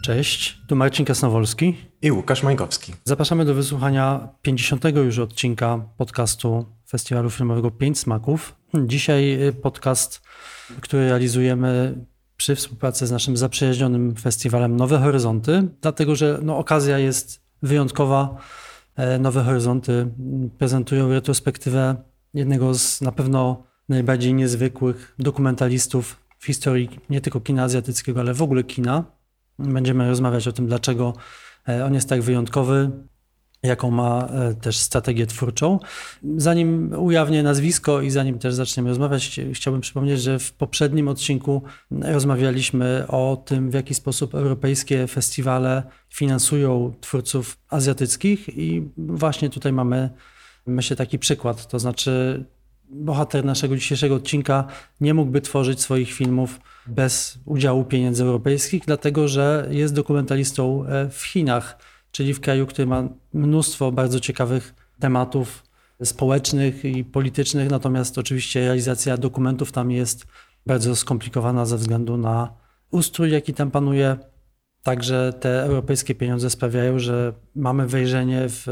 Cześć, tu Marcin Kasnowolski i Łukasz Majkowski. Zapraszamy do wysłuchania 50. już odcinka podcastu Festiwalu Filmowego 5 Smaków. Dzisiaj podcast, który realizujemy przy współpracy z naszym zaprzyjaźnionym festiwalem Nowe Horyzonty, dlatego że okazja jest wyjątkowa. Nowe Horyzonty prezentują retrospektywę jednego z na pewno najbardziej niezwykłych dokumentalistów w historii nie tylko kina azjatyckiego, ale w ogóle kina. Będziemy rozmawiać o tym, dlaczego on jest tak wyjątkowy, jaką ma też strategię twórczą. Zanim ujawnię nazwisko i zanim też zaczniemy rozmawiać, chciałbym przypomnieć, że w poprzednim odcinku rozmawialiśmy o tym, w jaki sposób europejskie festiwale finansują twórców azjatyckich i właśnie tutaj mamy, myślę, taki przykład. To znaczy bohater naszego dzisiejszego odcinka nie mógłby tworzyć swoich filmów bez udziału pieniędzy europejskich, dlatego że jest dokumentalistą w Chinach, czyli w kraju, który ma mnóstwo bardzo ciekawych tematów społecznych i politycznych, natomiast oczywiście realizacja dokumentów tam jest bardzo skomplikowana ze względu na ustrój, jaki tam panuje. Także te europejskie pieniądze sprawiają, że mamy wejrzenie w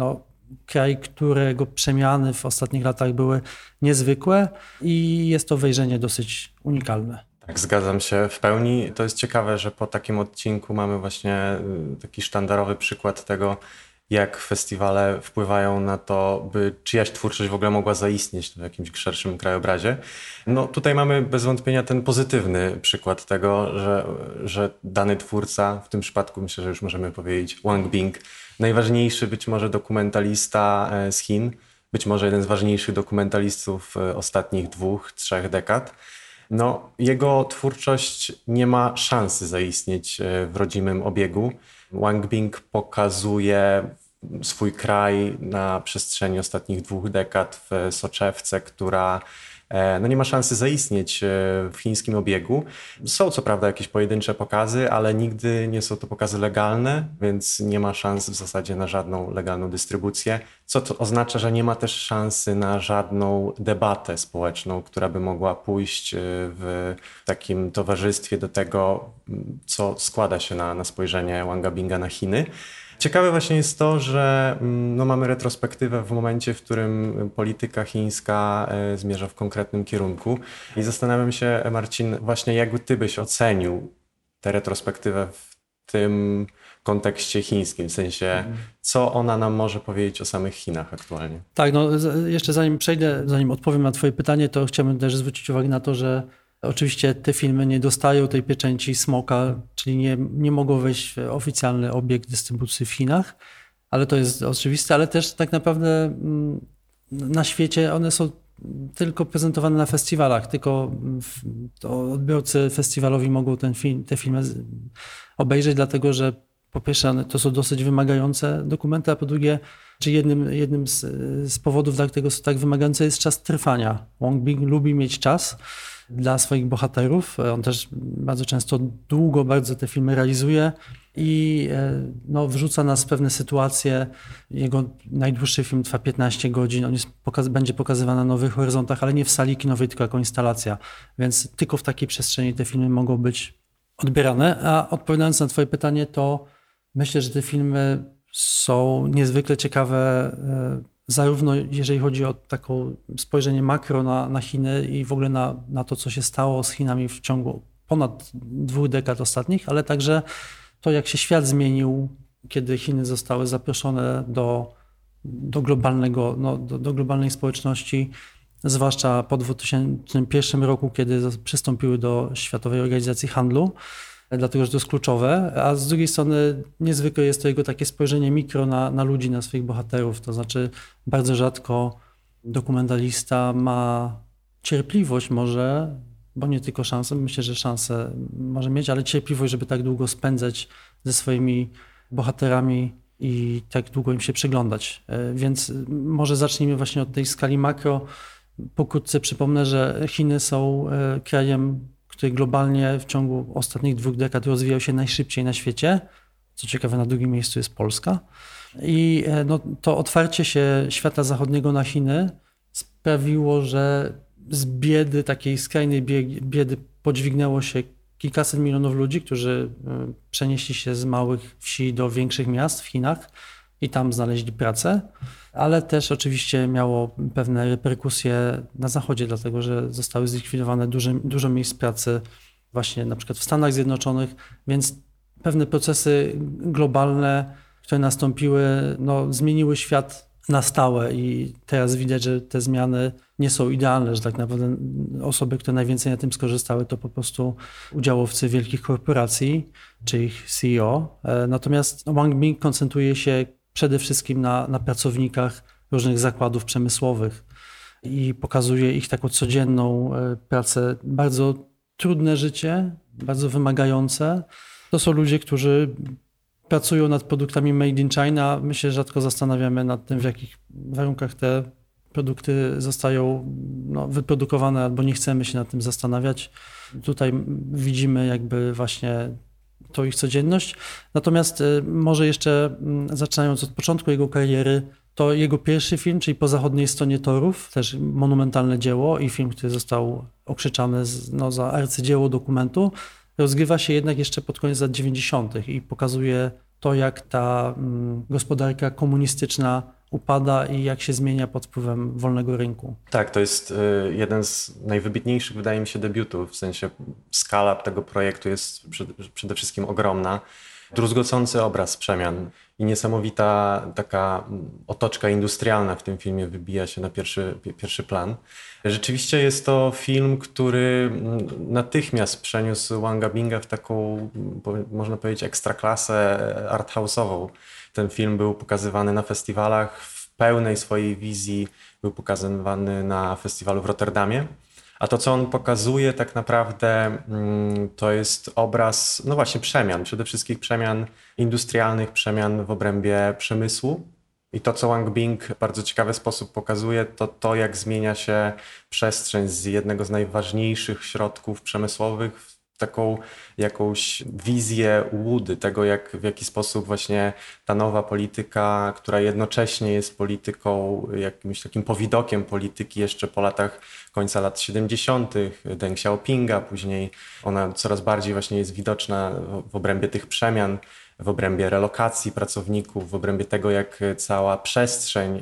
kraj, którego przemiany w ostatnich latach były niezwykłe i jest to wejrzenie dosyć unikalne. Tak, zgadzam się w pełni. To jest ciekawe, że po takim odcinku mamy właśnie taki sztandarowy przykład tego, jak festiwale wpływają na to, by czyjaś twórczość w ogóle mogła zaistnieć w jakimś szerszym krajobrazie. Tutaj mamy bez wątpienia ten pozytywny przykład tego, że dany twórca, w tym przypadku myślę, że już możemy powiedzieć Wang Bing, najważniejszy być może dokumentalista z Chin, być może jeden z ważniejszych dokumentalistów ostatnich 2-3 dekad. Jego twórczość nie ma szansy zaistnieć w rodzimym obiegu. Wang Bing pokazuje swój kraj na przestrzeni ostatnich 2 dekad w soczewce, która nie ma szansy zaistnieć w chińskim obiegu. Są co prawda jakieś pojedyncze pokazy, ale nigdy nie są to pokazy legalne, więc nie ma szans w zasadzie na żadną legalną dystrybucję, co to oznacza, że nie ma też szansy na żadną debatę społeczną, która by mogła pójść w takim towarzystwie do tego, co składa się na spojrzenie Wanga Binga na Chiny. Ciekawe właśnie jest to, że mamy retrospektywę w momencie, w którym polityka chińska zmierza w konkretnym kierunku i zastanawiam się, Marcin, właśnie jak ty byś ocenił tę retrospektywę w tym kontekście chińskim, w sensie co ona nam może powiedzieć o samych Chinach aktualnie? Tak, jeszcze zanim odpowiem na twoje pytanie, to chciałbym też zwrócić uwagę na to, że oczywiście te filmy nie dostają tej pieczęci smoka, czyli nie mogą wejść w oficjalny obieg dystrybucji w Chinach, ale to jest oczywiste, ale też tak naprawdę na świecie one są tylko prezentowane na festiwalach, tylko odbiorcy festiwalowi mogą te filmy obejrzeć, dlatego że po pierwsze to są dosyć wymagające dokumenty, a po drugie, czy jednym z powodów, dla którego są tak wymagające, jest czas trwania. Wang Bing lubi mieć czas dla swoich bohaterów. On też bardzo często długo bardzo te filmy realizuje i wrzuca nas w pewne sytuacje. Jego najdłuższy film trwa 15 godzin. On będzie pokazywany na Nowych Horyzontach, ale nie w sali kinowej, tylko jako instalacja. Więc tylko w takiej przestrzeni te filmy mogą być odbierane. A odpowiadając na twoje pytanie, to myślę, że te filmy są niezwykle ciekawe, zarówno jeżeli chodzi o takie spojrzenie makro na Chiny i w ogóle na to, co się stało z Chinami w ciągu ponad 2 dekad ostatnich, ale także to, jak się świat zmienił, kiedy Chiny zostały zaproszone do globalnej społeczności, zwłaszcza po 2001 roku, kiedy przystąpiły do Światowej Organizacji Handlu, dlatego że to jest kluczowe, a z drugiej strony niezwykle jest to jego takie spojrzenie mikro na ludzi, na swoich bohaterów, to znaczy bardzo rzadko dokumentalista ma cierpliwość może, bo nie tylko szansę, myślę, że szansę może mieć, ale cierpliwość, żeby tak długo spędzać ze swoimi bohaterami i tak długo im się przyglądać. Więc może zacznijmy właśnie od tej skali makro. Pokrótce przypomnę, że Chiny są krajem, który globalnie w ciągu ostatnich 2 dekad rozwijał się najszybciej na świecie. Co ciekawe, na drugim miejscu jest Polska. I to otwarcie się świata zachodniego na Chiny sprawiło, że z biedy, takiej skrajnej biedy podźwignęło się kilkaset milionów ludzi, którzy przenieśli się z małych wsi do większych miast w Chinach i tam znaleźli pracę, ale też oczywiście miało pewne reperkusje na Zachodzie, dlatego że zostały zlikwidowane dużo miejsc pracy właśnie na przykład w Stanach Zjednoczonych, więc pewne procesy globalne, które nastąpiły, zmieniły świat na stałe i teraz widać, że te zmiany nie są idealne, że tak naprawdę osoby, które najwięcej na tym skorzystały, to po prostu udziałowcy wielkich korporacji czy ich CEO. Natomiast Wang Bing koncentruje się przede wszystkim na pracownikach różnych zakładów przemysłowych i pokazuje ich taką codzienną pracę, bardzo trudne życie, bardzo wymagające. To są ludzie, którzy pracują nad produktami made in China. My się rzadko zastanawiamy nad tym, w jakich warunkach te produkty zostają wyprodukowane, albo nie chcemy się nad tym zastanawiać. Tutaj widzimy jakby właśnie tą ich codzienność. Natomiast może jeszcze zaczynając od początku jego kariery, to jego pierwszy film, czyli Po zachodniej stronie torów, też monumentalne dzieło i film, który został okrzyczany za arcydzieło dokumentu, rozgrywa się jednak jeszcze pod koniec lat 90. i pokazuje to, jak ta gospodarka komunistyczna upada i jak się zmienia pod wpływem wolnego rynku. Tak, to jest jeden z najwybitniejszych, wydaje mi się, debiutów. W sensie skala tego projektu jest przede wszystkim ogromna. Druzgocący obraz przemian i niesamowita taka otoczka industrialna w tym filmie wybija się na pierwszy plan. Rzeczywiście jest to film, który natychmiast przeniósł Wanga Binga w taką, można powiedzieć, ekstraklasę arthouse'ową. Ten film był pokazywany na festiwalach w pełnej swojej wizji, był pokazywany na festiwalu w Rotterdamie. A to, co on pokazuje tak naprawdę, to jest obraz, właśnie przemian, przede wszystkim przemian industrialnych, przemian w obrębie przemysłu. I to, co Wang Bing w bardzo ciekawy sposób pokazuje, to jak zmienia się przestrzeń z jednego z najważniejszych środków przemysłowych w taką jakąś wizję łudy, tego w jaki sposób właśnie ta nowa polityka, która jednocześnie jest polityką, jakimś takim powidokiem polityki jeszcze po latach końca lat 70. Deng Xiaopinga, później ona coraz bardziej właśnie jest widoczna w obrębie tych przemian, w obrębie relokacji pracowników, w obrębie tego, jak cała przestrzeń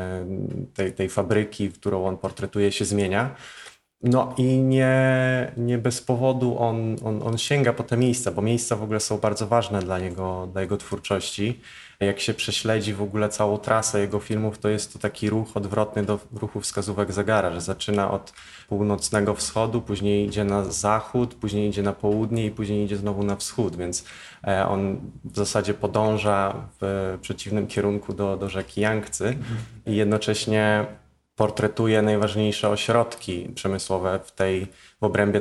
tej fabryki, którą on portretuje, się zmienia. No i nie bez powodu on sięga po te miejsca, bo miejsca w ogóle są bardzo ważne dla jego twórczości. Jak się prześledzi w ogóle całą trasę jego filmów, to jest to taki ruch odwrotny do ruchu wskazówek zegara, że zaczyna od północnego wschodu, później idzie na zachód, później idzie na południe i później idzie znowu na wschód, więc on w zasadzie podąża w przeciwnym kierunku do rzeki Jangtzy i jednocześnie portretuje najważniejsze ośrodki przemysłowe w obrębie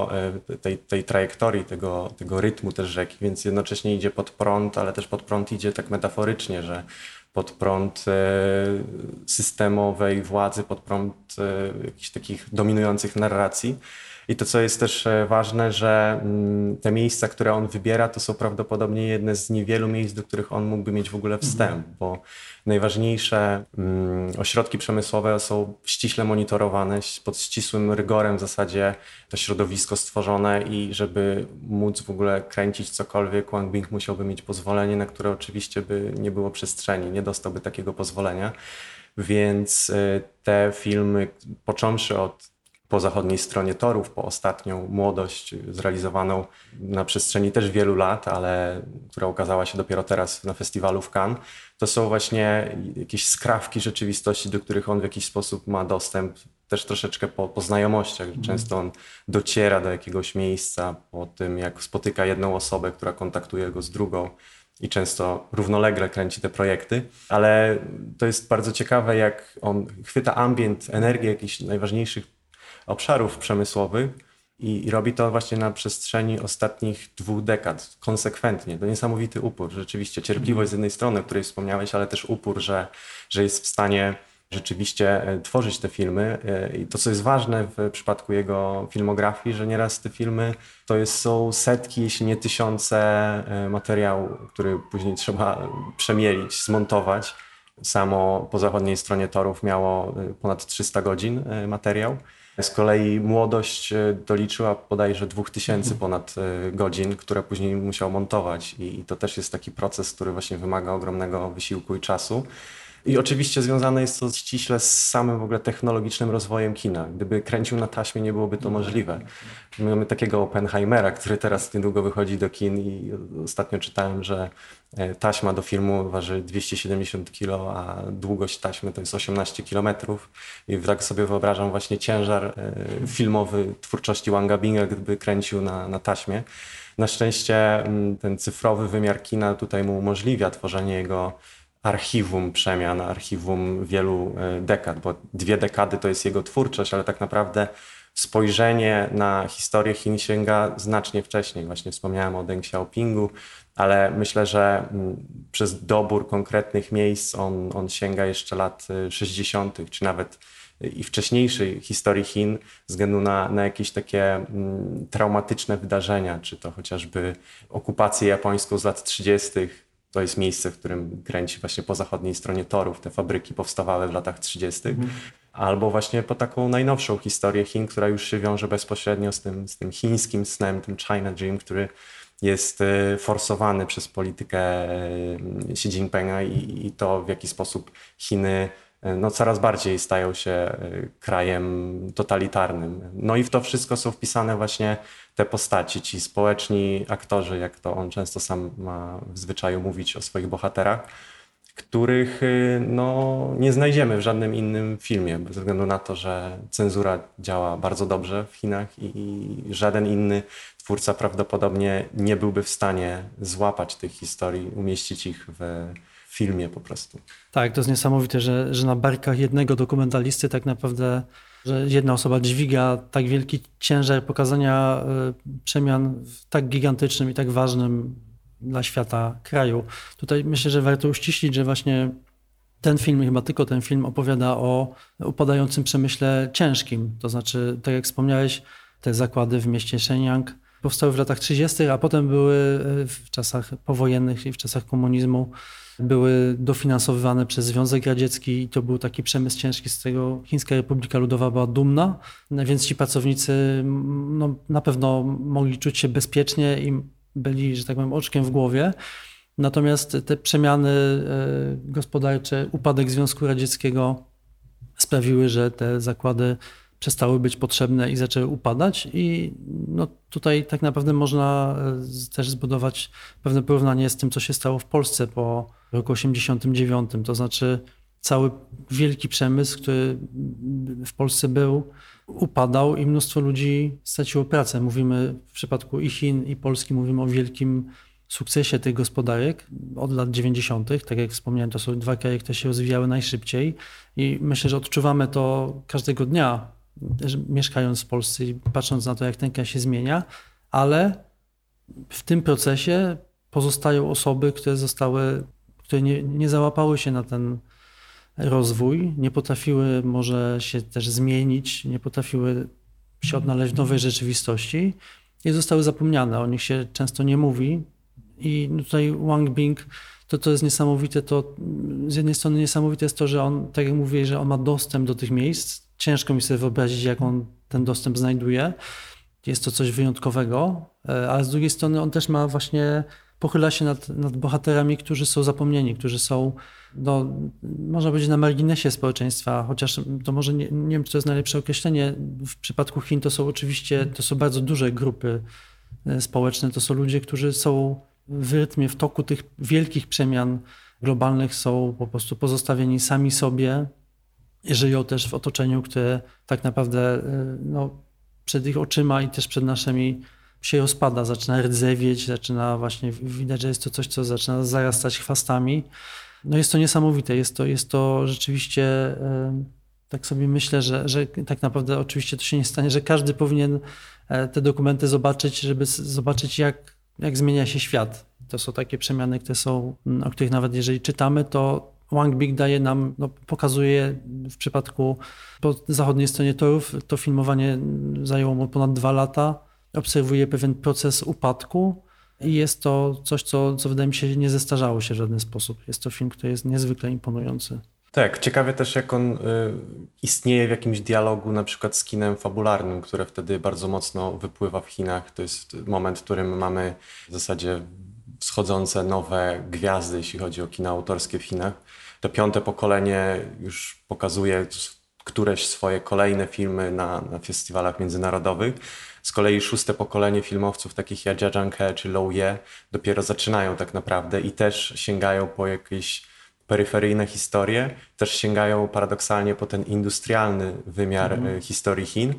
tej trajektorii, tego rytmu też rzeki, więc jednocześnie idzie pod prąd, ale też pod prąd idzie tak metaforycznie, że pod prąd systemowej władzy, pod prąd jakichś takich dominujących narracji. I to, co jest też ważne, że te miejsca, które on wybiera, to są prawdopodobnie jedne z niewielu miejsc, do których on mógłby mieć w ogóle wstęp, bo najważniejsze ośrodki przemysłowe są ściśle monitorowane, pod ścisłym rygorem w zasadzie to środowisko stworzone i żeby móc w ogóle kręcić cokolwiek, Wang Bing musiałby mieć pozwolenie, na które oczywiście by nie było przestrzeni, nie dostałby takiego pozwolenia. Więc te filmy, począwszy od Po zachodniej stronie torów, po ostatnią Młodość zrealizowaną na przestrzeni też wielu lat, ale która ukazała się dopiero teraz na festiwalu w Cannes, to są właśnie jakieś skrawki rzeczywistości, do których on w jakiś sposób ma dostęp, też troszeczkę po znajomościach. Często on dociera do jakiegoś miejsca po tym, jak spotyka jedną osobę, która kontaktuje go z drugą i często równolegle kręci te projekty, ale to jest bardzo ciekawe, jak on chwyta ambient, energię jakichś najważniejszych obszarów przemysłowych i robi to właśnie na przestrzeni ostatnich 2 dekad, konsekwentnie. To niesamowity upór, rzeczywiście cierpliwość z jednej strony, o której wspomniałeś, ale też upór, że jest w stanie rzeczywiście tworzyć te filmy. I to, co jest ważne w przypadku jego filmografii, że nieraz te filmy są setki, jeśli nie tysiące materiału, który później trzeba przemielić, zmontować. Samo Po zachodniej stronie torów miało ponad 300 godzin materiał. Z kolei Młodość doliczyła bodajże 2000 ponad godzin, które później musiał montować i to też jest taki proces, który właśnie wymaga ogromnego wysiłku i czasu. I oczywiście związane jest to ściśle z samym w ogóle technologicznym rozwojem kina. Gdyby kręcił na taśmie, nie byłoby to możliwe. Mamy takiego Oppenheimera, który teraz niedługo wychodzi do kin i ostatnio czytałem, że taśma do filmu waży 270 kg, a długość taśmy to jest 18 km. I tak sobie wyobrażam właśnie ciężar filmowy twórczości Wanga Binga, gdyby kręcił na taśmie. Na szczęście ten cyfrowy wymiar kina tutaj mu umożliwia tworzenie jego archiwum przemian, archiwum wielu dekad, bo 2 dekady to jest jego twórczość, ale tak naprawdę spojrzenie na historię Chin sięga znacznie wcześniej. Właśnie wspomniałem o Deng Xiaopingu, ale myślę, że przez dobór konkretnych miejsc on sięga jeszcze lat 60., czy nawet i wcześniejszej historii Chin, ze względu na jakieś takie traumatyczne wydarzenia, czy to chociażby okupację japońską z lat 30., to jest miejsce, w którym kręci właśnie po zachodniej stronie torów. Te fabryki powstawały w latach 30. Albo właśnie po taką najnowszą historię Chin, która już się wiąże bezpośrednio z tym chińskim snem, tym China Dream, który jest forsowany przez politykę Xi Jinpinga i to, w jaki sposób Chiny coraz bardziej stają się krajem totalitarnym. No i w to wszystko są wpisane właśnie te postaci, ci społeczni aktorzy, jak to on często sam ma w zwyczaju mówić o swoich bohaterach, których nie znajdziemy w żadnym innym filmie, ze względu na to, że cenzura działa bardzo dobrze w Chinach i żaden inny twórca prawdopodobnie nie byłby w stanie złapać tych historii, umieścić ich w filmie po prostu. Tak, to jest niesamowite, że na barkach jednego dokumentalisty tak naprawdę, że jedna osoba dźwiga tak wielki ciężar pokazania przemian w tak gigantycznym i tak ważnym dla świata kraju. Tutaj myślę, że warto uściślić, że właśnie ten film, chyba tylko ten film, opowiada o upadającym przemyśle ciężkim. To znaczy, tak jak wspomniałeś, te zakłady w mieście Shenyang powstały w latach 30., a potem były w czasach powojennych i w czasach komunizmu były dofinansowywane przez Związek Radziecki i to był taki przemysł ciężki, z którego Chińska Republika Ludowa była dumna, więc ci pracownicy na pewno mogli czuć się bezpiecznie i byli, że tak powiem, oczkiem w głowie. Natomiast te przemiany gospodarcze, upadek Związku Radzieckiego sprawiły, że te zakłady przestały być potrzebne i zaczęły upadać i tutaj tak naprawdę można też zbudować pewne porównanie z tym, co się stało w Polsce po roku 89. To znaczy cały wielki przemysł, który w Polsce był, upadał i mnóstwo ludzi straciło pracę. Mówimy w przypadku i Chin, i Polski, mówimy o wielkim sukcesie tych gospodarek od lat 90. Tak jak wspomniałem, to są 2 kraje, które się rozwijały najszybciej i myślę, że odczuwamy to każdego dnia, mieszkając w Polsce i patrząc na to, jak ten kraj się zmienia, ale w tym procesie pozostają osoby, które nie załapały się na ten rozwój, nie potrafiły może się też zmienić, nie potrafiły się odnaleźć w nowej rzeczywistości i zostały zapomniane. O nich się często nie mówi i tutaj Wang Bing to jest niesamowite. To z jednej strony niesamowite jest to, że on, tak jak mówię, że on ma dostęp do tych miejsc. Ciężko mi sobie wyobrazić, jak on ten dostęp znajduje. Jest to coś wyjątkowego, ale z drugiej strony on też pochyla się nad bohaterami, którzy są zapomnieni, którzy są, można powiedzieć, na marginesie społeczeństwa, chociaż to może nie wiem, czy to jest najlepsze określenie. W przypadku Chin to są bardzo duże grupy społeczne, to są ludzie, którzy są w rytmie, w toku tych wielkich przemian globalnych, są po prostu pozostawieni sami sobie i żyją też w otoczeniu, które tak naprawdę przed ich oczyma i też przed naszymi się rozpada, zaczyna rdzewieć, zaczyna właśnie, widać, że jest to coś, co zaczyna zarastać chwastami. Jest to niesamowite, jest to rzeczywiście, tak sobie myślę, że tak naprawdę oczywiście to się nie stanie, że każdy powinien te dokumenty zobaczyć, żeby zobaczyć, jak zmienia się świat. To są takie przemiany, o których nawet jeżeli czytamy, to Wang Bing daje nam, pokazuje w przypadku po zachodniej stronie torów, to filmowanie zajęło mu ponad 2 lata, obserwuje pewien proces upadku i jest to coś, co wydaje mi się nie zestarzało się w żaden sposób. Jest to film, który jest niezwykle imponujący. Tak, ciekawie też jak on istnieje w jakimś dialogu na przykład z kinem fabularnym, które wtedy bardzo mocno wypływa w Chinach. To jest moment, w którym mamy w zasadzie wschodzące nowe gwiazdy, jeśli chodzi o kino autorskie w Chinach. To 5. pokolenie już pokazuje któreś swoje kolejne filmy na festiwalach międzynarodowych. Z kolei 6. pokolenie filmowców takich jak Jia Zhangke czy Lou Ye dopiero zaczynają tak naprawdę i też sięgają po jakieś peryferyjne historie, też sięgają paradoksalnie po ten industrialny wymiar historii Chin,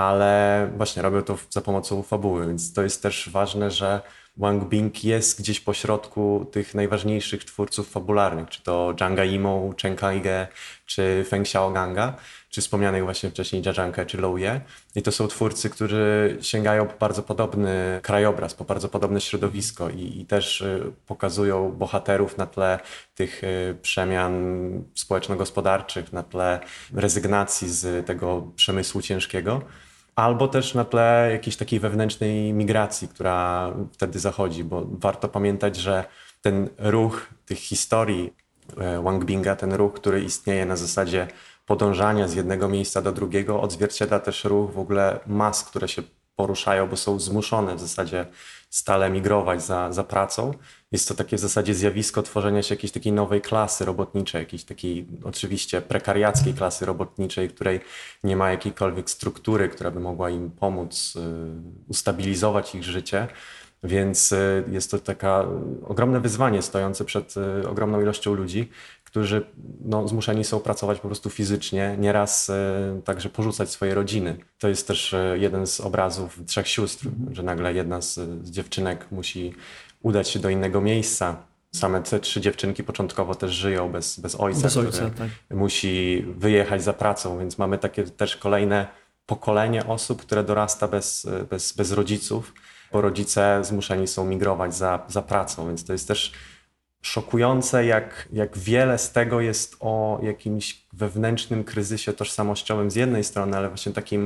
ale właśnie robią to za pomocą fabuły, więc to jest też ważne, że Wang Bing jest gdzieś pośrodku tych najważniejszych twórców fabularnych, czy to Zhanga Yimou, Chen Kaige, czy Feng Xiaoganga, czy wspomnianych właśnie wcześniej Jia Zhangke czy Lou Ye. I to są twórcy, którzy sięgają po bardzo podobny krajobraz, po bardzo podobne środowisko i też pokazują bohaterów na tle tych przemian społeczno-gospodarczych, na tle rezygnacji z tego przemysłu ciężkiego. Albo też na tle jakiejś takiej wewnętrznej migracji, która wtedy zachodzi, bo warto pamiętać, że ten ruch tych historii Wang Binga, ten ruch, który istnieje na zasadzie podążania z jednego miejsca do drugiego, odzwierciedla też ruch w ogóle mas, które się poruszają, bo są zmuszone w zasadzie stale migrować za pracą. Jest to takie w zasadzie zjawisko tworzenia się jakiejś takiej nowej klasy robotniczej, jakiejś takiej oczywiście prekariackiej klasy robotniczej, której nie ma jakiejkolwiek struktury, która by mogła im pomóc ustabilizować ich życie. Więc jest to taka ogromne wyzwanie stojące przed ogromną ilością ludzi, którzy zmuszeni są pracować po prostu fizycznie, nieraz także porzucać swoje rodziny. To jest też jeden z obrazów Trzech Sióstr, że nagle jedna z dziewczynek musi udać się do innego miejsca. Same te 3 dziewczynki początkowo też żyją bez ojca, który tak. musi wyjechać za pracą, więc mamy takie też kolejne pokolenie osób, które dorasta bez rodziców, bo rodzice zmuszeni są migrować za pracą, więc to jest też szokujące, jak wiele z tego jest o jakimś wewnętrznym kryzysie tożsamościowym z jednej strony, ale właśnie takim,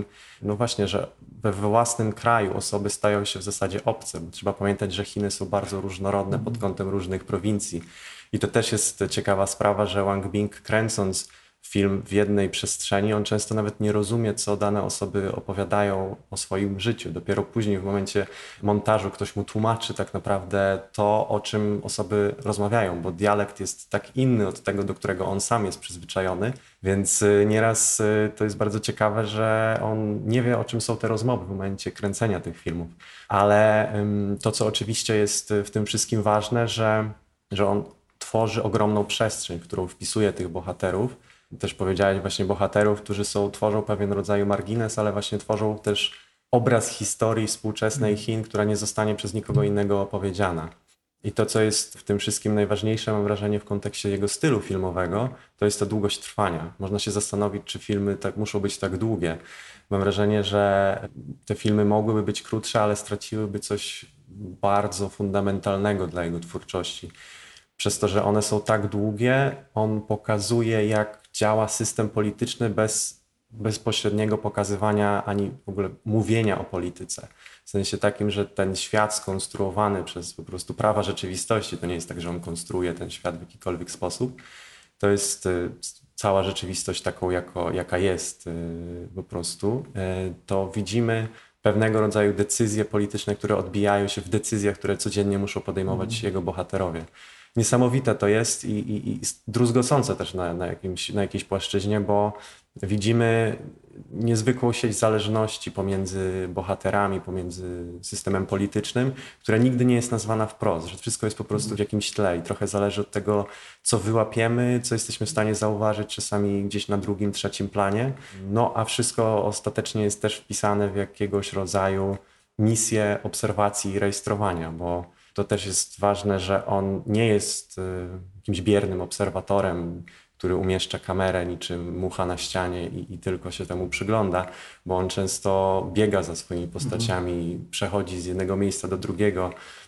że we własnym kraju osoby stają się w zasadzie obce, bo trzeba pamiętać, że Chiny są bardzo różnorodne pod kątem różnych prowincji. I to też jest ciekawa sprawa, że Wang Bing, kręcąc film w jednej przestrzeni, on często nawet nie rozumie, co dane osoby opowiadają o swoim życiu. Dopiero później w momencie montażu ktoś mu tłumaczy tak naprawdę to, o czym osoby rozmawiają, bo dialekt jest tak inny od tego, do którego on sam jest przyzwyczajony, więc nieraz to jest bardzo ciekawe, że on nie wie, o czym są te rozmowy w momencie kręcenia tych filmów. Ale to, co oczywiście jest w tym wszystkim ważne, że on tworzy ogromną przestrzeń, w którą wpisuje tych bohaterów. Też powiedziałeś właśnie bohaterów, którzy tworzą pewien rodzaj margines, ale właśnie tworzą też obraz historii współczesnej Chin, która nie zostanie przez nikogo innego opowiedziana. I to, co jest w tym wszystkim najważniejsze, mam wrażenie, w kontekście jego stylu filmowego, to jest ta długość trwania. Można się zastanowić, czy filmy muszą być tak długie. Mam wrażenie, że te filmy mogłyby być krótsze, ale straciłyby coś bardzo fundamentalnego dla jego twórczości. Przez to, że one są tak długie, on pokazuje, jak działa system polityczny bez bezpośredniego pokazywania ani w ogóle mówienia o polityce. W sensie takim, że ten świat skonstruowany przez po prostu prawa rzeczywistości, to nie jest tak, że on konstruuje ten świat w jakikolwiek sposób, to jest cała rzeczywistość taką, jaka jest po prostu, to widzimy pewnego rodzaju decyzje polityczne, które odbijają się w decyzjach, które codziennie muszą podejmować jego bohaterowie. Niesamowite to jest i druzgocące też na jakiejś płaszczyźnie, bo widzimy niezwykłą sieć zależności pomiędzy bohaterami, pomiędzy systemem politycznym, która nigdy nie jest nazwana wprost, że wszystko jest po prostu w jakimś tle i trochę zależy od tego, co wyłapiemy, co jesteśmy w stanie zauważyć czasami gdzieś na drugim, trzecim planie, a wszystko ostatecznie jest też wpisane w jakiegoś rodzaju misję obserwacji i rejestrowania, bo to też jest ważne, że on nie jest jakimś biernym obserwatorem, który umieszcza kamerę niczym mucha na ścianie i tylko się temu przygląda, bo on często biega za swoimi postaciami, przechodzi z jednego miejsca do drugiego,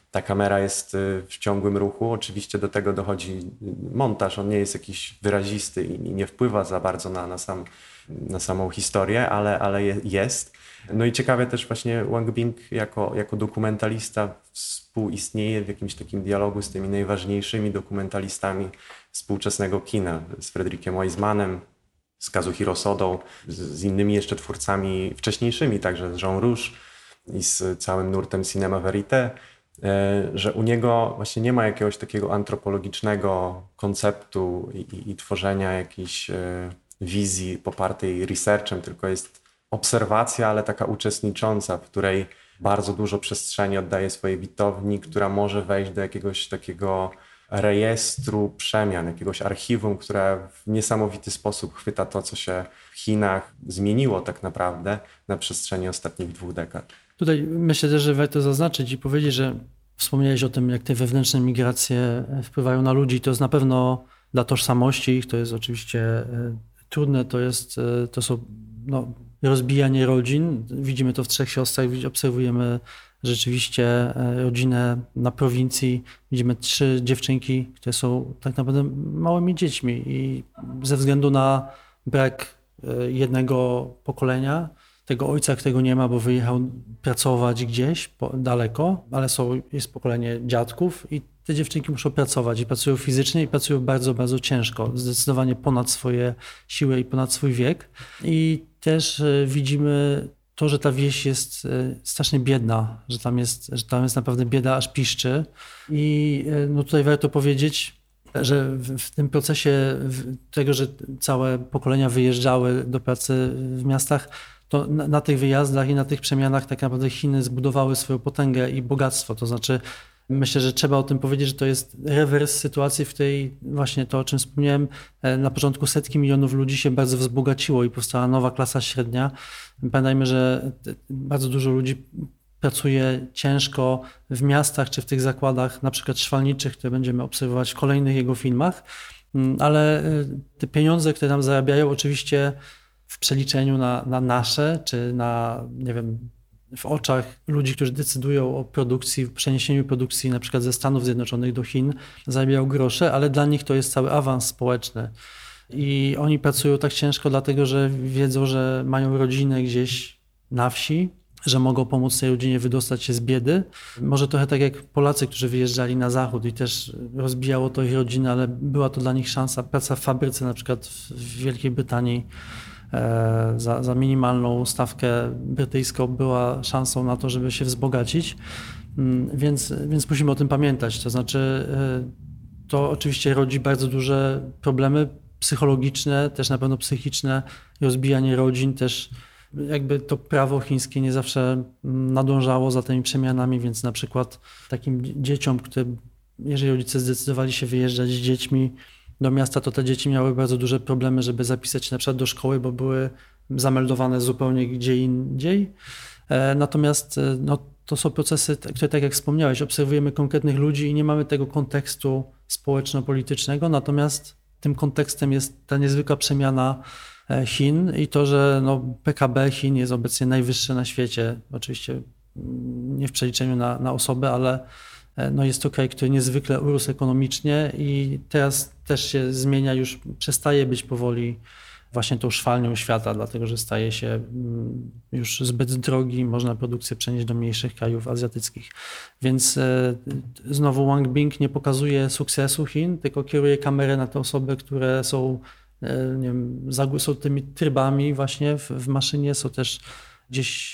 ta kamera jest w ciągłym ruchu. Oczywiście do tego dochodzi montaż, on nie jest jakiś wyrazisty i nie wpływa za bardzo na samą historię, ale jest. No i ciekawe też właśnie Wang Bing jako dokumentalista współistnieje w jakimś takim dialogu z tymi najważniejszymi dokumentalistami współczesnego kina, z Frederikiem Wisemanem, z Kazuhiro Sodą, z innymi jeszcze twórcami wcześniejszymi, także z Jean Rouge i z całym nurtem Cinema Verité, że u niego właśnie nie ma jakiegoś takiego antropologicznego konceptu i tworzenia jakiejś wizji popartej researchem, tylko jest obserwacja, ale taka uczestnicząca, w której bardzo dużo przestrzeni oddaje swojej widowni, która może wejść do jakiegoś takiego rejestru przemian, jakiegoś archiwum, które w niesamowity sposób chwyta to, co się w Chinach zmieniło tak naprawdę na przestrzeni ostatnich 2 dekad. Tutaj myślę też, że warto zaznaczyć i powiedzieć, że wspomniałeś o tym, jak te wewnętrzne migracje wpływają na ludzi. To jest na pewno dla tożsamości ich, to jest oczywiście trudne, to są rozbijanie rodzin. Widzimy to w 3 siostrach, obserwujemy rzeczywiście rodzinę na prowincji. Widzimy 3 dziewczynki, które są tak naprawdę małymi dziećmi i ze względu na brak jednego pokolenia, tego ojca, którego nie ma, bo wyjechał pracować gdzieś daleko, ale jest pokolenie dziadków i te dziewczynki muszą pracować i pracują fizycznie i pracują bardzo, bardzo ciężko, zdecydowanie ponad swoje siły i ponad swój wiek. I też widzimy to, że ta wieś jest strasznie biedna, że tam jest naprawdę bieda, aż piszczy. I tutaj warto powiedzieć, że w tym procesie tego, że całe pokolenia wyjeżdżały do pracy w miastach, to na tych wyjazdach i na tych przemianach tak naprawdę Chiny zbudowały swoją potęgę i bogactwo. To znaczy myślę, że trzeba o tym powiedzieć, że to jest rewers sytuacji, w której właśnie to, o czym wspomniałem, na początku setki milionów ludzi się bardzo wzbogaciło i powstała nowa klasa średnia. Pamiętajmy, że bardzo dużo ludzi pracuje ciężko w miastach czy w tych zakładach, na przykład szwalniczych, które będziemy obserwować w kolejnych jego filmach, ale te pieniądze, które tam zarabiają, oczywiście w przeliczeniu na nasze, czy na, nie wiem, w oczach ludzi, którzy decydują o produkcji, przeniesieniu produkcji na przykład ze Stanów Zjednoczonych do Chin, zarabiają grosze, ale dla nich to jest cały awans społeczny. I oni pracują tak ciężko dlatego, że wiedzą, że mają rodzinę gdzieś na wsi, że mogą pomóc tej rodzinie wydostać się z biedy. Może trochę tak jak Polacy, którzy wyjeżdżali na zachód i też rozbijało to ich rodzinę, ale była to dla nich szansa. Praca w fabryce na przykład w Wielkiej Brytanii za minimalną stawkę brytyjską była szansą na to, żeby się wzbogacić, więc musimy o tym pamiętać. To znaczy to oczywiście rodzi bardzo duże problemy psychologiczne, też na pewno psychiczne, rozbijanie rodzin, też jakby to prawo chińskie nie zawsze nadążało za tymi przemianami, więc na przykład takim dzieciom, jeżeli rodzice zdecydowali się wyjeżdżać z dziećmi do miasta, to te dzieci miały bardzo duże problemy, żeby zapisać się na przykład do szkoły, bo były zameldowane zupełnie gdzie indziej. Natomiast to są procesy, które tak jak wspomniałeś, obserwujemy konkretnych ludzi i nie mamy tego kontekstu społeczno-politycznego, natomiast tym kontekstem jest ta niezwykła przemiana Chin i to, że PKB Chin jest obecnie najwyższe na świecie, oczywiście nie w przeliczeniu na osobę, ale jest to kraj, który niezwykle urósł ekonomicznie i teraz też się zmienia, już przestaje być powoli właśnie tą szwalnią świata, dlatego że staje się już zbyt drogi, można produkcję przenieść do mniejszych krajów azjatyckich. Więc znowu Wang Bing nie pokazuje sukcesu Chin, tylko kieruje kamerę na te osoby, które są, nie wiem, są tymi trybami właśnie w maszynie, są też gdzieś,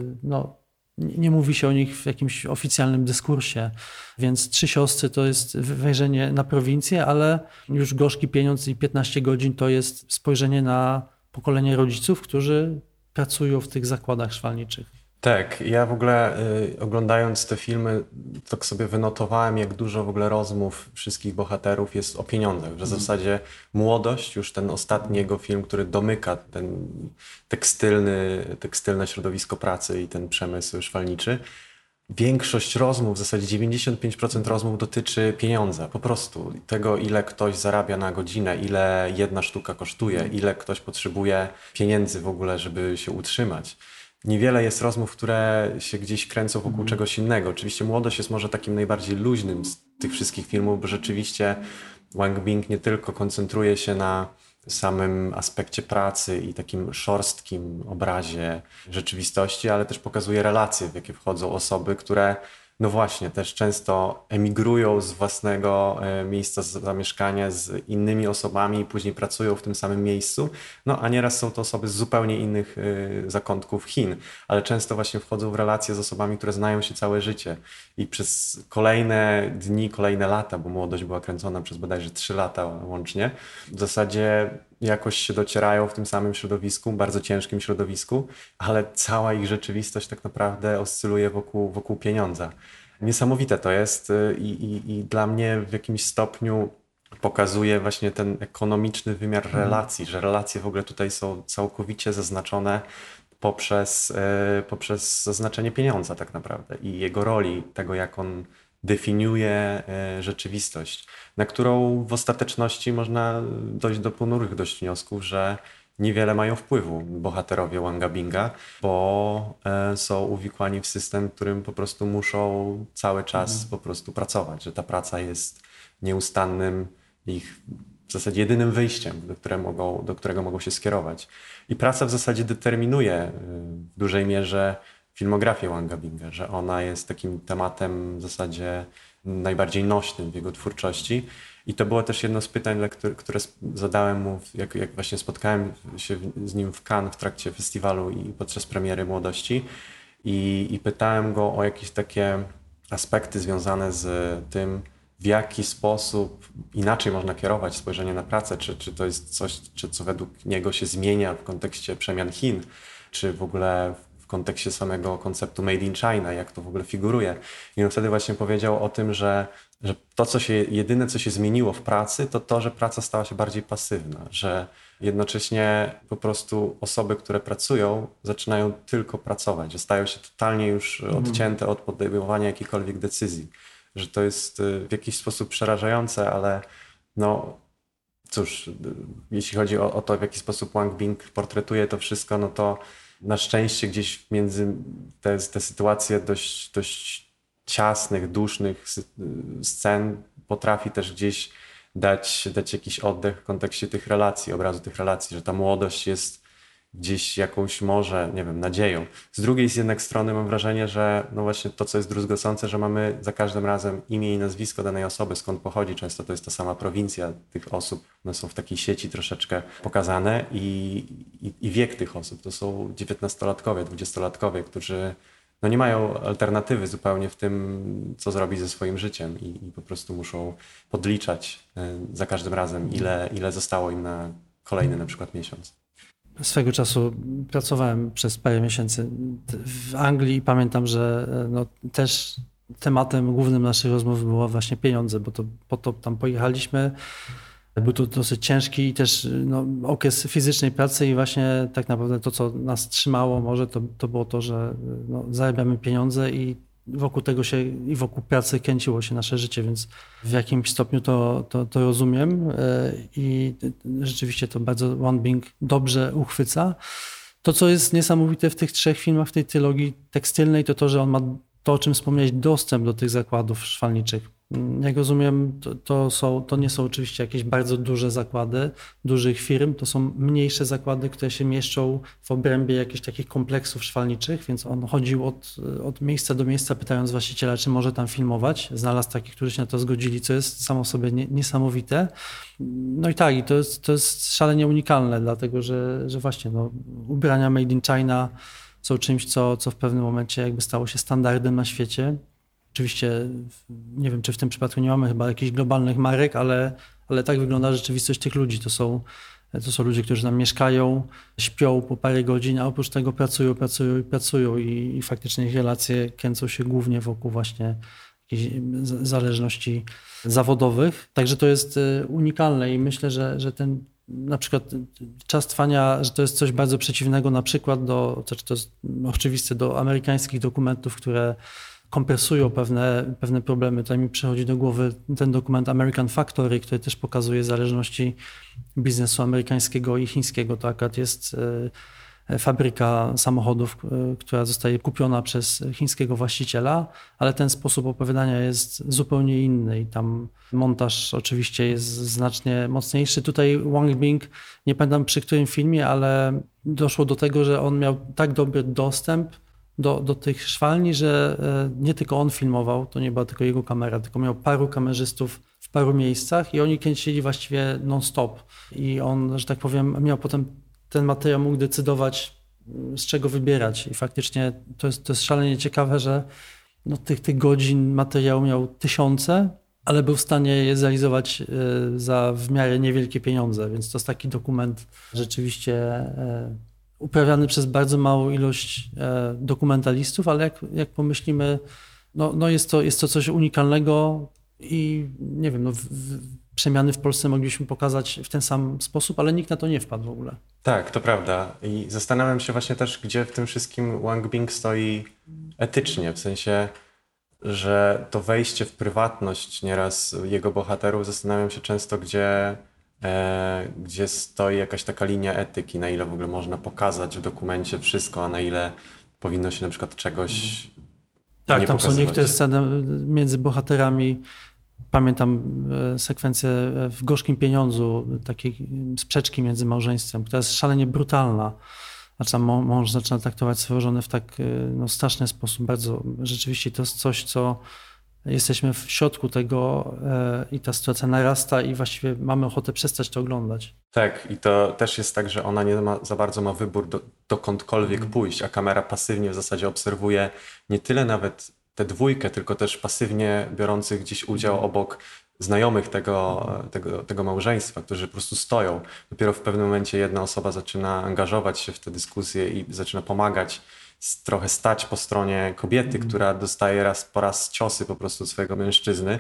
nie mówi się o nich w jakimś oficjalnym dyskursie, więc 3 siostry to jest wejrzenie na prowincję, ale już gorzki pieniądz i 15 godzin to jest spojrzenie na pokolenie rodziców, którzy pracują w tych zakładach szwalniczych. Tak, ja w ogóle oglądając te filmy, tak sobie wynotowałem, jak dużo w ogóle rozmów wszystkich bohaterów jest o pieniądzach, że w zasadzie młodość, już ten ostatni jego film, który domyka ten tekstylne środowisko pracy i ten przemysł szwalniczy, większość rozmów, w zasadzie 95% rozmów dotyczy pieniądza, po prostu tego, ile ktoś zarabia na godzinę, ile jedna sztuka kosztuje, ile ktoś potrzebuje pieniędzy w ogóle, żeby się utrzymać. niewiele jest rozmów, które się gdzieś kręcą wokół czegoś innego. Oczywiście Młodość jest może takim najbardziej luźnym z tych wszystkich filmów, bo rzeczywiście Wang Bing nie tylko koncentruje się na samym aspekcie pracy i takim szorstkim obrazie rzeczywistości, ale też pokazuje relacje, w jakie wchodzą osoby, które no właśnie też często emigrują z własnego miejsca zamieszkania z innymi osobami i później pracują w tym samym miejscu. No a nieraz są to osoby z zupełnie innych zakątków Chin, ale często właśnie wchodzą w relacje z osobami, które znają się całe życie i przez kolejne dni, kolejne lata, bo Młodość była kręcona przez bodajże 3 lata łącznie, w zasadzie jakoś się docierają w tym samym środowisku, bardzo ciężkim środowisku, ale cała ich rzeczywistość tak naprawdę oscyluje wokół pieniądza. Niesamowite to jest i dla mnie w jakimś stopniu pokazuje właśnie ten ekonomiczny wymiar relacji, że relacje w ogóle tutaj są całkowicie zaznaczone poprzez zaznaczenie pieniądza tak naprawdę i jego roli, tego jak on definiuje rzeczywistość, na którą w ostateczności można dojść do ponurych dość wniosków, że niewiele mają wpływu bohaterowie Wanga Binga, bo są uwikłani w system, w którym po prostu muszą cały czas po prostu pracować, że ta praca jest nieustannym ich w zasadzie jedynym wyjściem, do którego mogą się skierować. I praca w zasadzie determinuje w dużej mierze filmografię Wanga Binga, że ona jest takim tematem w zasadzie najbardziej nośnym w jego twórczości. I to było też jedno z pytań, które zadałem mu, jak właśnie spotkałem się z nim w Cannes w trakcie festiwalu i podczas premiery Młodości. I pytałem go o jakieś takie aspekty związane z tym, w jaki sposób inaczej można kierować spojrzenie na pracę, czy to jest coś, co według niego się zmienia w kontekście przemian Chin, czy w ogóle w kontekście samego konceptu Made in China, jak to w ogóle figuruje. I on wtedy właśnie powiedział o tym, że to, jedyne, co się zmieniło w pracy, to, że praca stała się bardziej pasywna, że jednocześnie po prostu osoby, które pracują, zaczynają tylko pracować, że stają się totalnie już odcięte od podejmowania jakichkolwiek decyzji. Że to jest w jakiś sposób przerażające, ale no cóż, jeśli chodzi o to, w jaki sposób Wang Bing portretuje to wszystko, no to na szczęście gdzieś między te sytuacje dość ciasnych, dusznych scen potrafi też gdzieś dać jakiś oddech w kontekście tych relacji, obrazu tych relacji, że ta młodość jest gdzieś jakąś może, nie wiem, nadzieją. Z drugiej jednak strony mam wrażenie, że no właśnie to, co jest druzgocące, że mamy za każdym razem imię i nazwisko danej osoby, skąd pochodzi. Często to jest ta sama prowincja tych osób. One są w takiej sieci troszeczkę pokazane i wiek tych osób. To są 19-latkowie, 20-latkowie, którzy no nie mają alternatywy zupełnie w tym, co zrobić ze swoim życiem i po prostu muszą podliczać za każdym razem, ile zostało im na kolejny na przykład miesiąc. Swego czasu pracowałem przez parę miesięcy w Anglii i pamiętam, że no, też tematem głównym naszych rozmów było właśnie pieniądze, bo po to tam pojechaliśmy. Był to dosyć ciężki i też no, okres fizycznej pracy i właśnie tak naprawdę to, co nas trzymało może, to było to, że no, zarabiamy pieniądze i wokół tego się i wokół pracy kręciło się nasze życie, więc w jakimś stopniu to rozumiem i rzeczywiście to bardzo Wang Bing dobrze uchwyca. To, co jest niesamowite w tych 3 filmach, w tej trylogii tekstylnej, to, że on ma to, o czym wspomniałeś, dostęp do tych zakładów szwalniczych. Jak rozumiem, to nie są oczywiście jakieś bardzo duże zakłady, dużych firm, to są mniejsze zakłady, które się mieszczą w obrębie jakichś takich kompleksów szwalniczych, więc on chodził od miejsca do miejsca, pytając właściciela, czy może tam filmować. Znalazł takich, którzy się na to zgodzili, co jest samo w sobie niesamowite. No i tak, i to jest szalenie unikalne, dlatego że właśnie no, ubrania Made in China są czymś, co w pewnym momencie jakby stało się standardem na świecie. Oczywiście nie wiem, czy w tym przypadku nie mamy chyba jakichś globalnych marek, ale tak wygląda rzeczywistość tych ludzi. To są ludzie, którzy tam mieszkają, śpią po parę godzin, a oprócz tego pracują i faktycznie ich relacje kręcą się głównie wokół właśnie jakichś zależności zawodowych. Także to jest unikalne i myślę, że ten na przykład czas trwania, że to jest coś bardzo przeciwnego na przykład to jest oczywiste do amerykańskich dokumentów, które kompresują pewne problemy. Tutaj mi przychodzi do głowy ten dokument American Factory, który też pokazuje zależności biznesu amerykańskiego i chińskiego. To akurat jest fabryka samochodów, która zostaje kupiona przez chińskiego właściciela, ale ten sposób opowiadania jest zupełnie inny i tam montaż oczywiście jest znacznie mocniejszy. Tutaj Wang Bing, nie pamiętam przy którym filmie, ale doszło do tego, że on miał tak dobry dostęp do tych szwalni, że nie tylko on filmował, to nie była tylko jego kamera, tylko miał paru kamerzystów w paru miejscach i oni kręcili właściwie non-stop. I on, że tak powiem, miał potem ten materiał, mógł decydować, z czego wybierać. I faktycznie to jest szalenie ciekawe, że no, tych godzin materiału miał tysiące, ale był w stanie je zrealizować za w miarę niewielkie pieniądze, więc to jest taki dokument rzeczywiście uprawiany przez bardzo małą ilość dokumentalistów, ale jak pomyślimy, no jest to coś unikalnego i nie wiem, przemiany w Polsce mogliśmy pokazać w ten sam sposób, ale nikt na to nie wpadł w ogóle. Tak, to prawda. I zastanawiam się właśnie też, gdzie w tym wszystkim Wang Bing stoi etycznie, w sensie, że to wejście w prywatność nieraz jego bohaterów, zastanawiam się często, gdzie stoi jakaś taka linia etyki, na ile w ogóle można pokazać w dokumencie wszystko, a na ile powinno się na przykład czegoś tak, nie tam pokazywać. są niektóre sceny między bohaterami. Pamiętam sekwencję w Gorzkim Pieniądzu, takiej sprzeczki między małżeństwem, która jest szalenie brutalna. Znaczy tam mąż zaczyna traktować swoją żonę w tak straszny sposób. Bardzo rzeczywiście to jest coś, co jesteśmy w środku tego i ta sytuacja narasta i właściwie mamy ochotę przestać to oglądać. Tak, i to też jest tak, że ona nie za bardzo ma wybór dokądkolwiek pójść, a kamera pasywnie w zasadzie obserwuje nie tyle nawet tę dwójkę, tylko też pasywnie biorących gdzieś udział obok znajomych tego małżeństwa, którzy po prostu stoją. Dopiero w pewnym momencie jedna osoba zaczyna angażować się w tę dyskusję i zaczyna pomagać, trochę stać po stronie kobiety, która dostaje raz po raz ciosy po prostu swojego mężczyzny,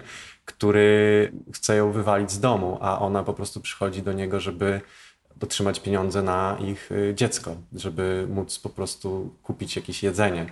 który chce ją wywalić z domu, a ona po prostu przychodzi do niego, żeby otrzymać pieniądze na ich dziecko, żeby móc po prostu kupić jakieś jedzenie.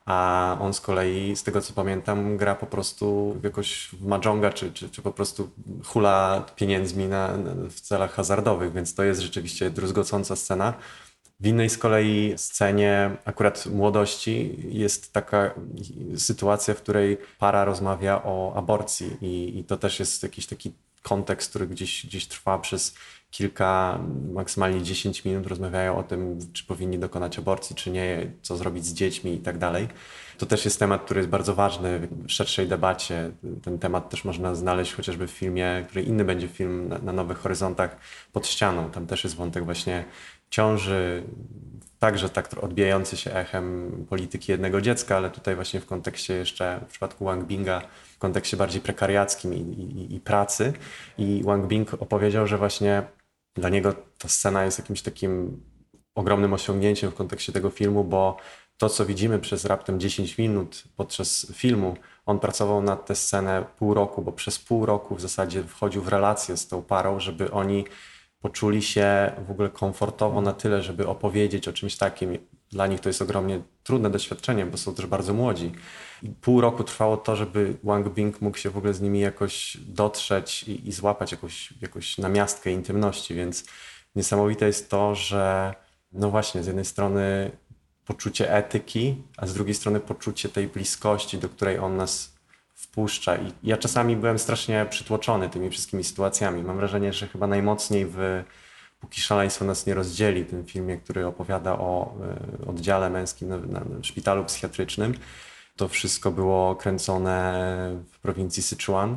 A on z kolei, z tego co pamiętam, gra po prostu jakoś w mahjonga, czy po prostu hula pieniędzmi w celach hazardowych, więc to jest rzeczywiście druzgocąca scena. W innej z kolei scenie akurat młodości jest taka sytuacja, w której para rozmawia o aborcji i to też jest jakiś taki kontekst, który gdzieś trwa przez kilka, maksymalnie 10 minut. Rozmawiają o tym, czy powinni dokonać aborcji, czy nie, co zrobić z dziećmi i tak dalej. To też jest temat, który jest bardzo ważny w szerszej debacie. Ten temat też można znaleźć chociażby w filmie, który inny będzie film na Nowych Horyzontach, Pod ścianą. Tam też jest wątek właśnie ciąży, także tak odbijający się echem polityki jednego dziecka, ale tutaj właśnie w kontekście jeszcze, w przypadku Wang Binga, w kontekście bardziej prekariackim i pracy. I Wang Bing opowiedział, że właśnie dla niego ta scena jest jakimś takim ogromnym osiągnięciem w kontekście tego filmu, bo to, co widzimy przez raptem 10 minut podczas filmu, on pracował nad tę scenę pół roku, bo przez pół roku w zasadzie wchodził w relację z tą parą, żeby oni poczuli się w ogóle komfortowo na tyle, żeby opowiedzieć o czymś takim. Dla nich to jest ogromnie trudne doświadczenie, bo są też bardzo młodzi. I pół roku trwało to, żeby Wang Bing mógł się w ogóle z nimi jakoś dotrzeć i złapać jakąś namiastkę intymności, więc niesamowite jest to, że no właśnie, z jednej strony poczucie etyki, a z drugiej strony poczucie tej bliskości, do której on nas wpuszcza. I ja czasami byłem strasznie przytłoczony tymi wszystkimi sytuacjami. Mam wrażenie, że chyba najmocniej Póki szaleństwo nas nie rozdzieli, tym filmie, który opowiada o oddziale męskim na szpitalu psychiatrycznym. To wszystko było kręcone w prowincji Sichuan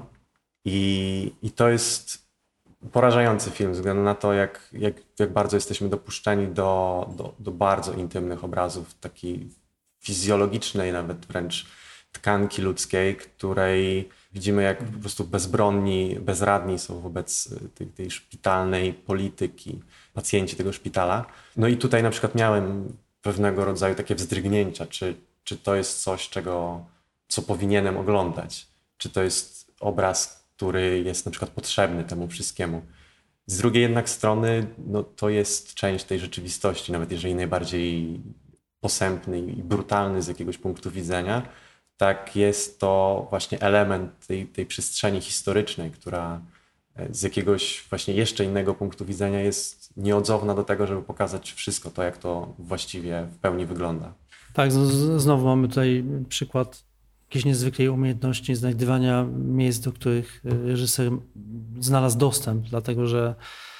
i to jest porażający film ze względu na to, jak bardzo jesteśmy dopuszczeni do bardzo intymnych obrazów, takiej fizjologicznej nawet wręcz tkanki ludzkiej, której widzimy, jak po prostu bezbronni, bezradni są wobec tej szpitalnej polityki pacjenci tego szpitala. No i tutaj na przykład miałem pewnego rodzaju takie wzdrygnięcia, czy to jest coś, co powinienem oglądać, czy to jest obraz, który jest na przykład potrzebny temu wszystkiemu. Z drugiej jednak strony no, to jest część tej rzeczywistości, nawet jeżeli najbardziej posępny i brutalny z jakiegoś punktu widzenia, tak jest to właśnie element tej przestrzeni historycznej, która z jakiegoś właśnie jeszcze innego punktu widzenia jest nieodzowna do tego, żeby pokazać wszystko to, jak to właściwie w pełni wygląda. Tak, znowu mamy tutaj przykład jakiejś niezwykłej umiejętności znajdywania miejsc, do których reżyser znalazł dostęp, dlatego że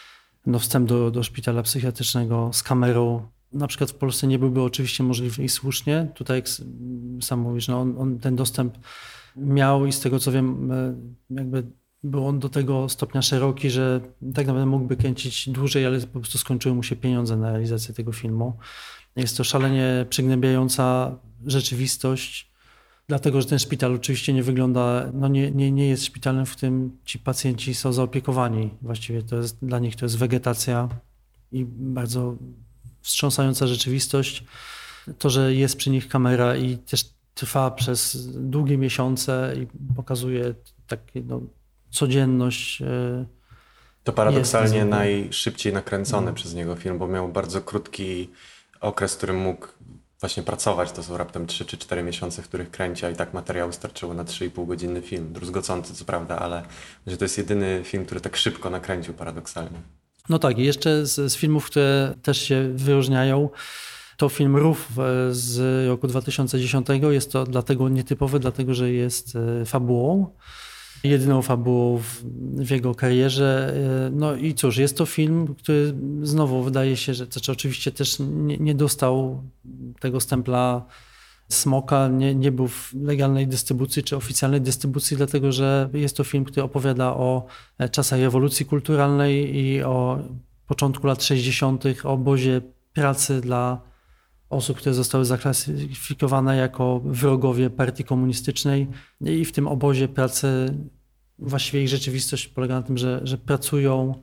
wstęp do szpitala psychiatrycznego z kamerą na przykład w Polsce nie byłby oczywiście możliwy i słusznie. Tutaj, jak sam mówisz, on ten dostęp miał i z tego co wiem, jakby był on do tego stopnia szeroki, że tak naprawdę mógłby kręcić dłużej, ale po prostu skończyły mu się pieniądze na realizację tego filmu. Jest to szalenie przygnębiająca rzeczywistość, dlatego że ten szpital oczywiście nie wygląda, nie jest szpitalem, w którym ci pacjenci są zaopiekowani. Właściwie dla nich to jest wegetacja i bardzo wstrząsająca rzeczywistość. To, że jest przy nich kamera i też trwa przez długie miesiące i pokazuje taką codzienność. To paradoksalnie najszybciej nakręcony przez niego film, bo miał bardzo krótki okres, w którym mógł właśnie pracować. To są raptem 3 czy 4 miesiące, w których kręci, a i tak materiału starczyło na 3,5-godzinny film. Druzgocący co prawda, ale że to jest jedyny film, który tak szybko nakręcił paradoksalnie. No tak, i jeszcze z filmów, które też się wyróżniają, to film Rów z roku 2010. Jest to dlatego nietypowy, dlatego że jest fabułą. Jedyną fabułą w jego karierze. No i cóż, jest to film, który znowu wydaje się, że oczywiście też nie dostał tego stempla Smoka, nie był w legalnej dystrybucji czy oficjalnej dystrybucji, dlatego że jest to film, który opowiada o czasach rewolucji kulturalnej i o początku lat 60., o obozie pracy dla osób, które zostały zaklasyfikowane jako wrogowie partii komunistycznej i w tym obozie pracy właściwie ich rzeczywistość polega na tym, że pracują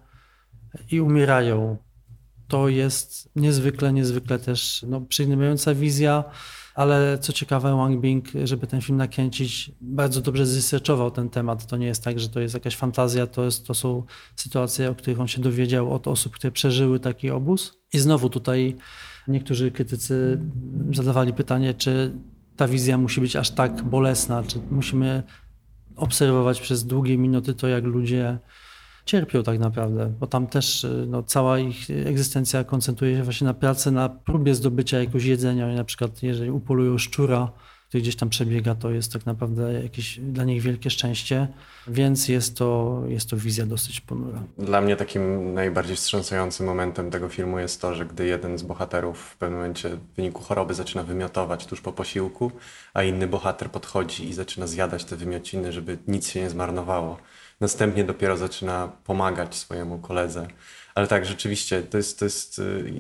i umierają. To jest niezwykle też przygnębiająca wizja, ale co ciekawe, Wang Bing, żeby ten film nakręcić, bardzo dobrze zresearchował ten temat. To nie jest tak, że to jest jakaś fantazja, to są sytuacje, o których on się dowiedział od osób, które przeżyły taki obóz. I znowu tutaj niektórzy krytycy zadawali pytanie, czy ta wizja musi być aż tak bolesna, czy musimy obserwować przez długie minuty to, jak ludzie cierpią tak naprawdę, bo tam też cała ich egzystencja koncentruje się właśnie na pracy, na próbie zdobycia jakiegoś jedzenia i na przykład jeżeli upolują szczura, który gdzieś tam przebiega, to jest tak naprawdę jakieś dla nich wielkie szczęście, więc jest to wizja dosyć ponura. Dla mnie takim najbardziej wstrząsającym momentem tego filmu jest to, że gdy jeden z bohaterów w pewnym momencie w wyniku choroby zaczyna wymiotować tuż po posiłku, a inny bohater podchodzi i zaczyna zjadać te wymiociny, żeby nic się nie zmarnowało. Następnie dopiero zaczyna pomagać swojemu koledze. Ale tak, rzeczywiście, to jest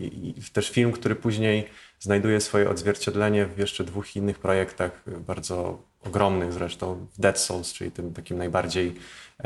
też film, który później znajduje swoje odzwierciedlenie w jeszcze 2 innych projektach, bardzo ogromnych zresztą, w Dead Souls, czyli tym takim najbardziej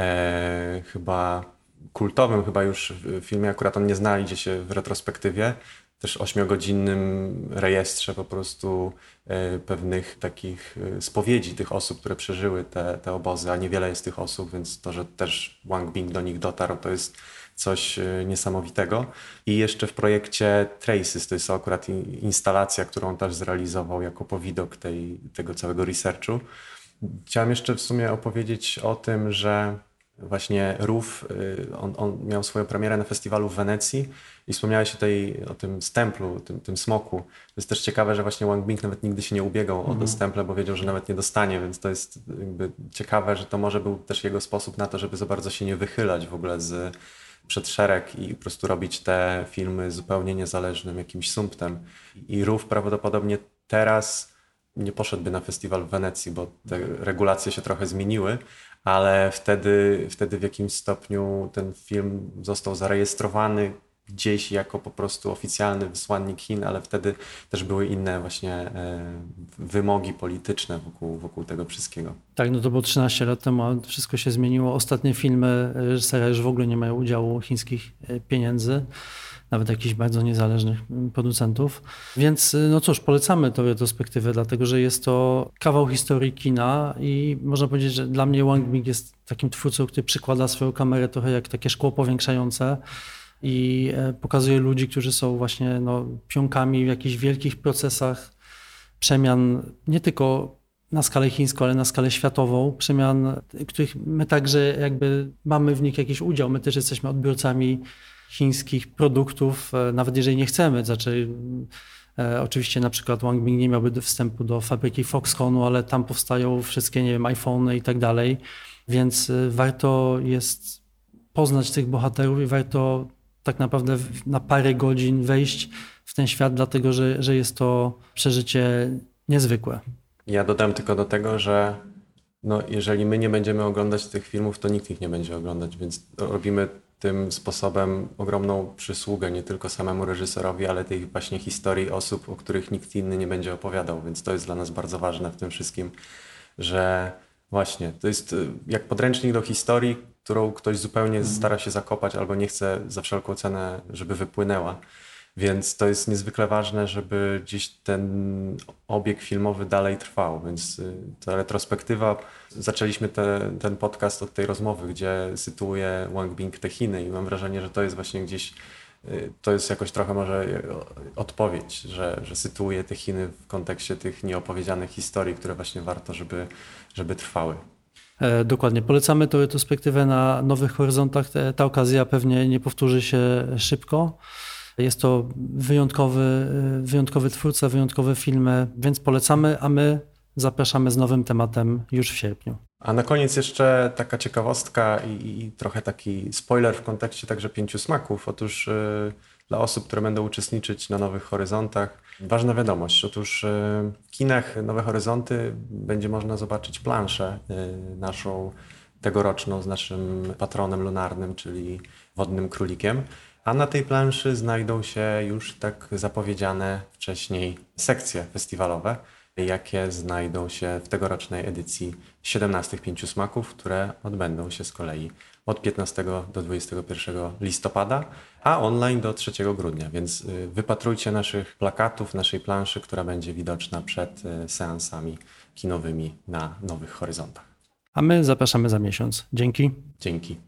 chyba kultowym, chyba już filmie, akurat on nie znajdzie się w retrospektywie, też 8-godzinnym rejestrze po prostu pewnych takich spowiedzi tych osób, które przeżyły te obozy, a niewiele jest tych osób, więc to, że też Wang Bing do nich dotarł, to jest coś niesamowitego. I jeszcze w projekcie Traces, to jest akurat instalacja, którą on też zrealizował jako powidok tego całego researchu. Chciałem jeszcze w sumie opowiedzieć o tym, że właśnie Rów, on miał swoją premierę na festiwalu w Wenecji i wspomniałeś tutaj o tym stemplu, tym smoku. To jest też ciekawe, że właśnie Wang Bing nawet nigdy się nie ubiegał o te stemple, bo wiedział, że nawet nie dostanie, więc to jest jakby ciekawe, że to może był też jego sposób na to, żeby za bardzo się nie wychylać w ogóle przed szereg i po prostu robić te filmy zupełnie niezależnym jakimś sumptem. I Rów prawdopodobnie teraz nie poszedłby na festiwal w Wenecji, bo te regulacje się trochę zmieniły, ale wtedy w jakimś stopniu ten film został zarejestrowany gdzieś jako po prostu oficjalny wysłannik Chin, ale wtedy też były inne właśnie wymogi polityczne wokół tego wszystkiego. Tak, to było 13 lat temu, ale wszystko się zmieniło. Ostatnie filmy reżysera już w ogóle nie mają udziału chińskich pieniędzy, nawet jakichś bardzo niezależnych producentów. Więc cóż, polecamy tę retrospektywę, dlatego że jest to kawał historii kina i można powiedzieć, że dla mnie Wang Bing jest takim twórcą, który przykłada swoją kamerę trochę jak takie szkło powiększające i pokazuje ludzi, którzy są właśnie pionkami w jakichś wielkich procesach przemian, nie tylko na skalę chińską, ale na skalę światową, przemian, których my także jakby mamy w nich jakiś udział. My też jesteśmy odbiorcami chińskich produktów, nawet jeżeli nie chcemy. Znaczy, oczywiście na przykład Wang Bing nie miałby wstępu do fabryki Foxconnu, ale tam powstają wszystkie, nie wiem, iPhony i tak dalej, więc warto jest poznać tych bohaterów i warto tak naprawdę na parę godzin wejść w ten świat, dlatego że jest to przeżycie niezwykłe. Ja dodam tylko do tego, że jeżeli my nie będziemy oglądać tych filmów, to nikt ich nie będzie oglądać, więc robimy tym sposobem ogromną przysługę nie tylko samemu reżyserowi, ale tej właśnie historii osób, o których nikt inny nie będzie opowiadał, więc to jest dla nas bardzo ważne w tym wszystkim, że właśnie to jest jak podręcznik do historii, którą ktoś zupełnie stara się zakopać albo nie chce za wszelką cenę, żeby wypłynęła. Więc to jest niezwykle ważne, żeby gdzieś ten obieg filmowy dalej trwał. Więc ta retrospektywa, zaczęliśmy ten podcast od tej rozmowy, gdzie sytuuje Wang Bing te Chiny i mam wrażenie, że to jest właśnie gdzieś, to jest jakoś trochę może odpowiedź, że sytuuje te Chiny w kontekście tych nieopowiedzianych historii, które właśnie warto, żeby trwały. Dokładnie. Polecamy tę retrospektywę na Nowych Horyzontach. Ta okazja pewnie nie powtórzy się szybko. Jest to wyjątkowy twórca, wyjątkowe filmy, więc polecamy, a my zapraszamy z nowym tematem już w sierpniu. A na koniec jeszcze taka ciekawostka i trochę taki spoiler w kontekście także 5 smaków. Otóż dla osób, które będą uczestniczyć na Nowych Horyzontach, ważna wiadomość. Otóż w kinach Nowe Horyzonty będzie można zobaczyć planszę naszą tegoroczną z naszym patronem lunarnym, czyli Wodnym Królikiem. A na tej planszy znajdą się już tak zapowiedziane wcześniej sekcje festiwalowe, jakie znajdą się w tegorocznej edycji 17 5 smaków, które odbędą się z kolei od 15 do 21 listopada, a online do 3 grudnia. Więc wypatrujcie naszych plakatów, naszej planszy, która będzie widoczna przed seansami kinowymi na Nowych Horyzontach. A my zapraszamy za miesiąc. Dzięki. Dzięki.